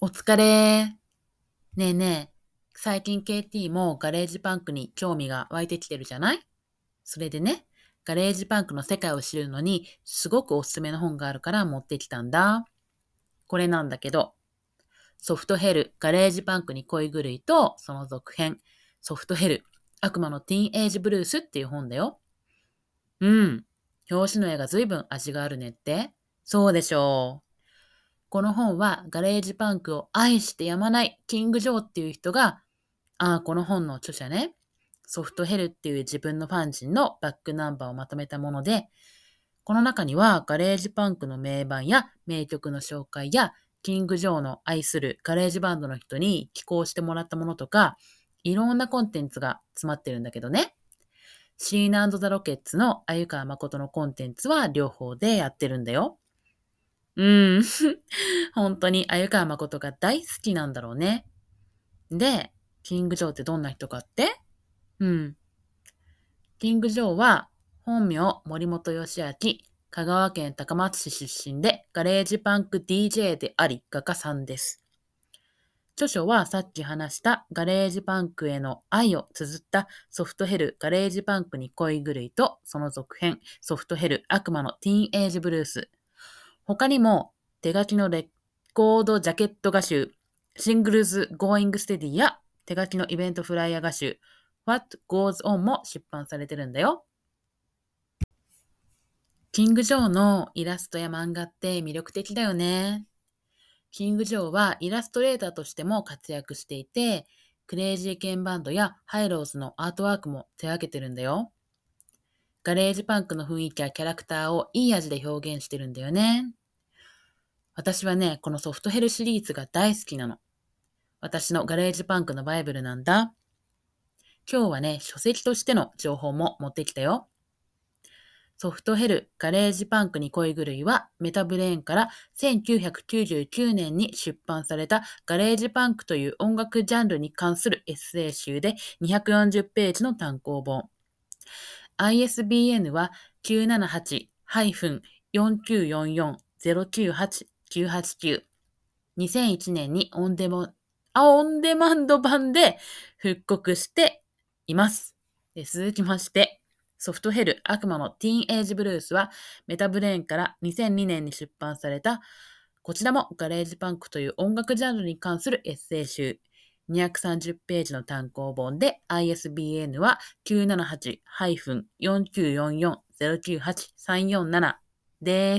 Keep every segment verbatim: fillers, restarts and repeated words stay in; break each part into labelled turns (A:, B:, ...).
A: お疲れ。ねえねえ、最近 ケーティー もガレージパンクに興味が湧いてきてるじゃない？それでね、ガレージパンクの世界を知るのにすごくおすすめの本があるから持ってきたんだ。これなんだけど、ソフトヘル、ガレージパンクに恋狂いとその続編、ソフトヘル、悪魔のティーンエイジブルースっていう本だよ。うん。表紙の絵が随分味があるねって。そうでしょう。この本はガレージパンクを愛してやまないキング・ジョーっていう人が、ああ、この本の著者ね、ソフトヘルっていう自分のファン人のバックナンバーをまとめたもので、この中にはガレージパンクの名盤や名曲の紹介や、キング・ジョーの愛するガレージバンドの人に寄稿してもらったものとか、いろんなコンテンツが詰まってるんだけどね。シーナ&ザ・ロケッツの鮎川誠のコンテンツは両方でやってるんだよ。うん。本当に鮎川誠が大好きなんだろうね。で、キング・ジョーってどんな人かって？うん。キング・ジョーは、本名森本義明、香川県高松市出身で、ガレージパンク ディージェー であり、画家さんです。著書はさっき話したガレージパンクへの愛を綴ったソフトヘルガレージパンクに恋狂いとその続編ソフトヘル悪魔のティーンエイジブルース。他にも手書きのレコードジャケット画集、シングルズ Going Steady や手書きのイベントフライヤー画集、What Goes On も出版されてるんだよ。キング・ジョーのイラストや漫画って魅力的だよね。キング・ジョーはイラストレーターとしても活躍していて、クレイジーケンバンドやハイローズのアートワークも手掛けてるんだよ。ガレージパンクの雰囲気やキャラクターをいい味で表現してるんだよね。私はね、このソフトヘルシリーズが大好きなの。私のガレージパンクのバイブルなんだ。今日はね、書籍としての情報も持ってきたよ。ソフトヘルガレージパンクに恋狂いはメタブレーンからせんきゅうひゃくきゅうじゅうきゅうねんに出版されたガレージパンクという音楽ジャンルに関するエッセイ集でにひゃくよんじゅうページの単行本。アイエスビーエヌ は きゅうななはち よんきゅうよんよん ゼロきゅうはち きゅうはちきゅう。にせんいちねんにオンデモあオンデマンド版で復刻しています。で続きまして、ソフトヘル悪魔のティーンエイジブルースはメタブレーンからにせんにねんに出版された、こちらもガレージパンクという音楽ジャンルに関するエッセイ集、にひゃくさんじゅうページの単行本で アイエスビーエヌ は きゅうななはち よんきゅうよんよん ゼロきゅうはち さんよんなな です。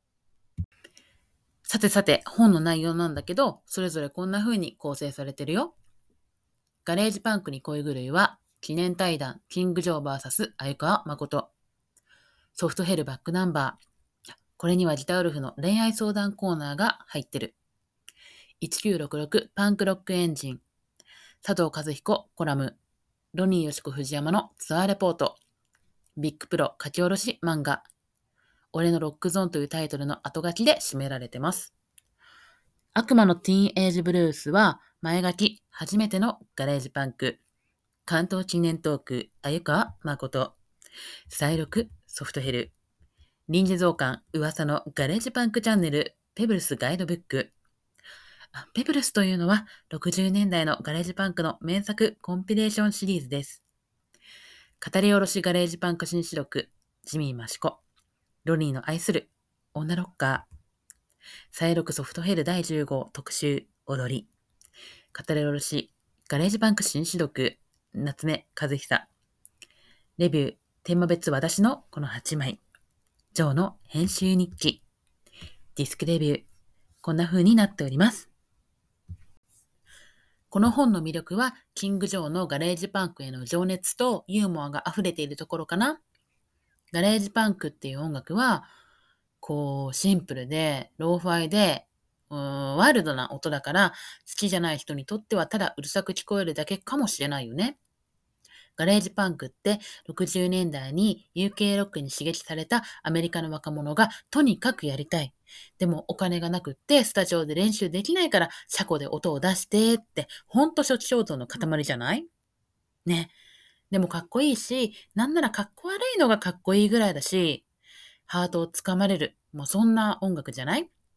A: さてさて、本の内容なんだけど、それぞれこんな風に構成されてるよ。ガレージパンクに恋狂いは、記念対談、キング・ジョー ブイエス 鮎川誠。ソフトヘルバックナンバー。これにはギタウルフの恋愛相談コーナーが入ってる。いちきゅうろくろくパンクロックエンジン。佐藤和彦コラム。ロニーよしこ藤山のツアーレポート。ビッグプロ書き下ろし漫画。俺のロックゾーンというタイトルの後書きで締められてます。悪魔のティーンエイジブルースは前書き初めてのガレージパンク。関東記念トーク鮎川誠。再録ソフトヘル。臨時増刊噂のガレージパンクチャンネルペブルスガイドブック。ペブルスというのはろくじゅうねんだいのガレージパンクの名作コンピレーションシリーズです。語り下ろしガレージパンク新四録ジミー・マシコ。ロニーの愛する女ロッカー。再録ソフトヘルだいじゅう号特集踊り。語り下ろしガレージパンク新四録夏目和久。レビューテーマ別私のこのはちまい。ジョーの編集日記。ディスクレビュー。こんな風になっております。この本の魅力は、キング・ジョーのガレージパンクへの情熱とユーモアが溢れているところかな。ガレージパンクっていう音楽は、こう、シンプルで、ローファイで、うーん、ワイルドな音だから、好きじゃない人にとってはただうるさく聞こえるだけかもしれないよね。ガレージパンクってろくじゅうねんだいに ユーケー ロックに刺激されたアメリカの若者がとにかくやりたい。でもお金がなくってスタジオで練習できないから車庫で音を出してって、ほんと初期衝動の塊じゃない？ね。でもかっこいいし、なんならかっこ悪いのがかっこいいぐらいだし、ハートをつかまれる。もうそんな音楽じゃない？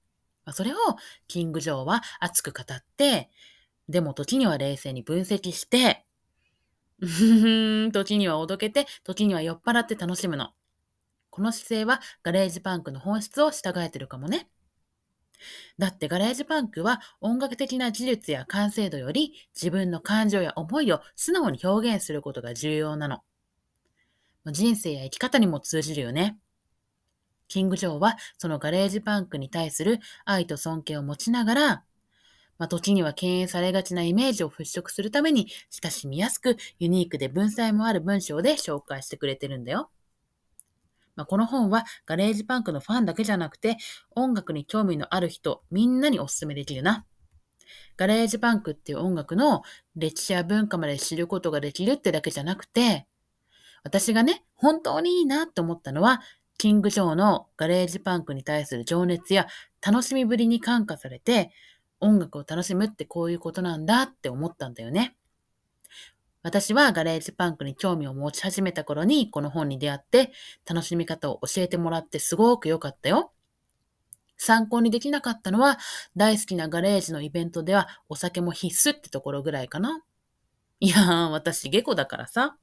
A: それをキング・ジョーは熱く語って、でも時には冷静に分析して、うふふん時にはおどけて、時には酔っ払って楽しむの。この姿勢はガレージパンクの本質を従えてるかもね。だってガレージパンクは音楽的な技術や完成度より自分の感情や思いを素直に表現することが重要なの。人生や生き方にも通じるよね。キング・ジョーはそのガレージパンクに対する愛と尊敬を持ちながら、まあ、時には敬遠されがちなイメージを払拭するために親しみやすくユニークで文才もある文章で紹介してくれてるんだよ。まあ、この本はガレージパンクのファンだけじゃなくて音楽に興味のある人みんなにおすすめできるな。ガレージパンクっていう音楽の歴史や文化まで知ることができるってだけじゃなくて、私がね、本当にいいなって思ったのは、キング・ジョーのガレージパンクに対する情熱や楽しみぶりに感化されて、音楽を楽しむってこういうことなんだって思ったんだよね。私はガレージパンクに興味を持ち始めた頃にこの本に出会って楽しみ方を教えてもらってすごく良かったよ。参考にできなかったのは大好きなガレージのイベントではお酒も必須ってところぐらいかな。いやー、私下戸だからさ。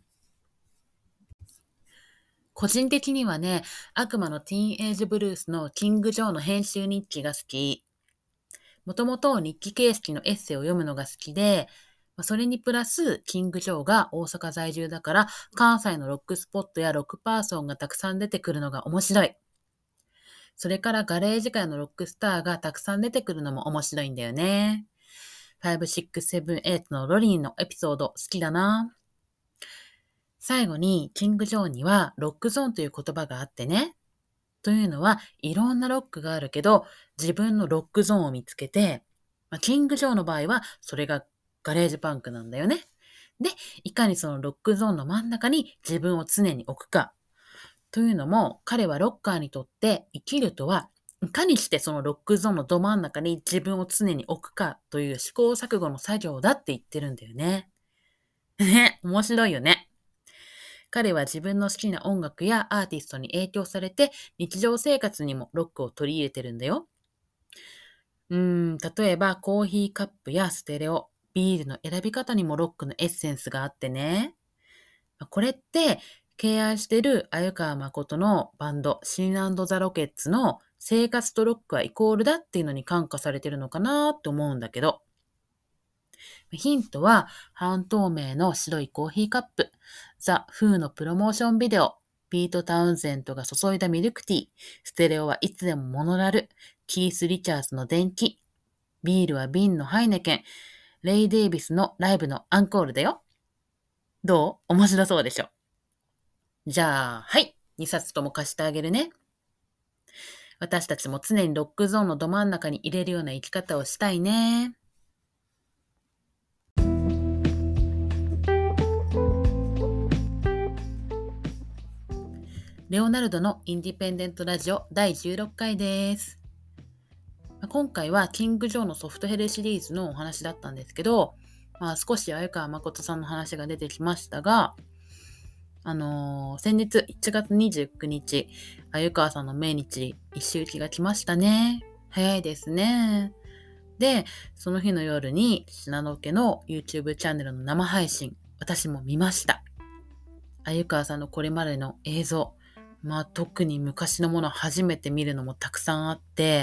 A: 個人的にはね、悪魔のティーンエイジブルースのキング・ジョーの編集日記が好き。もともと日記形式のエッセイを読むのが好きで、それにプラス、キング・ジョーが大阪在住だから、関西のロックスポットやロックパーソンがたくさん出てくるのが面白い。それからガレージ界のロックスターがたくさん出てくるのも面白いんだよね。ご、ろく、なな、はちのロリーのエピソード好きだな。最後に、キング・ジョーにはロックゾーンという言葉があってね。というのは、いろんなロックがあるけど、自分のロックゾーンを見つけて、まあ、キング・ジョーの場合は、それがガレージパンクなんだよね。で、いかにそのロックゾーンの真ん中に自分を常に置くか。というのも、彼はロッカーにとって生きるとは、いかにしてそのロックゾーンのど真ん中に自分を常に置くかという試行錯誤の作業だって言ってるんだよね。ね、面白いよね。彼は自分の好きな音楽やアーティストに影響されて日常生活にもロックを取り入れてるんだよ。うーん、例えばコーヒーカップやステレオ、ビールの選び方にもロックのエッセンスがあってね。これって敬愛してる鮎川誠のバンドシン&ザ・ロケッツの生活とロックはイコールだっていうのに感化されてるのかなって思うんだけど。ヒントは半透明の白いコーヒーカップ、ザ・フーのプロモーションビデオ、ピート・タウンゼントが注いだミルクティー、ステレオはいつでもモノラル、キース・リチャーズの電気、ビールは瓶のハイネケン、レイ・デイビスのライブのアンコールだよ。どう？面白そうでしょ。じゃあ、はい。にさつとも貸してあげるね。私たちも常にロックゾーンのど真ん中に入れるような生き方をしたいね。レオナルドのインディペンデントラジオだいじゅうろっかいです。今回はキング・ジョーのソフトヘルシリーズのお話だったんですけど、まあ、少し鮎川誠さんの話が出てきましたが、あのー、先日いちがつにじゅうくにち、鮎川さんの命日一周期が来ましたね。早いですね。で、その日の夜に信濃家の YouTube チャンネルの生配信、私も見ました。鮎川さんのこれまでの映像、まあ特に昔のものを初めて見るのもたくさんあって、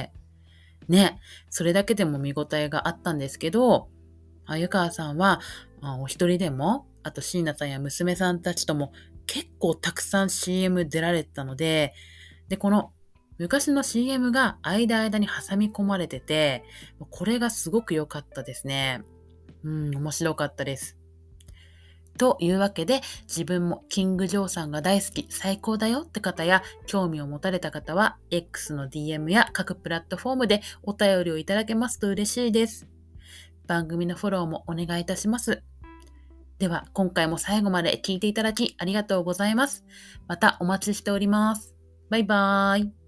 A: ね、それだけでも見応えがあったんですけど、鮎川さんは、まあ、お一人でも、あと椎名さんや娘さんたちとも結構たくさん シーエム 出られてたので、で、この昔の シーエム が間間に挟み込まれてて、これがすごく良かったですね。うん、面白かったです。というわけで、自分もキング・ジョーさんが大好き、最高だよって方や、興味を持たれた方は、X の ディーエム や各プラットフォームでお便りをいただけますと嬉しいです。番組のフォローもお願いいたします。では、今回も最後まで聞いていただきありがとうございます。またお待ちしております。バイバーイ。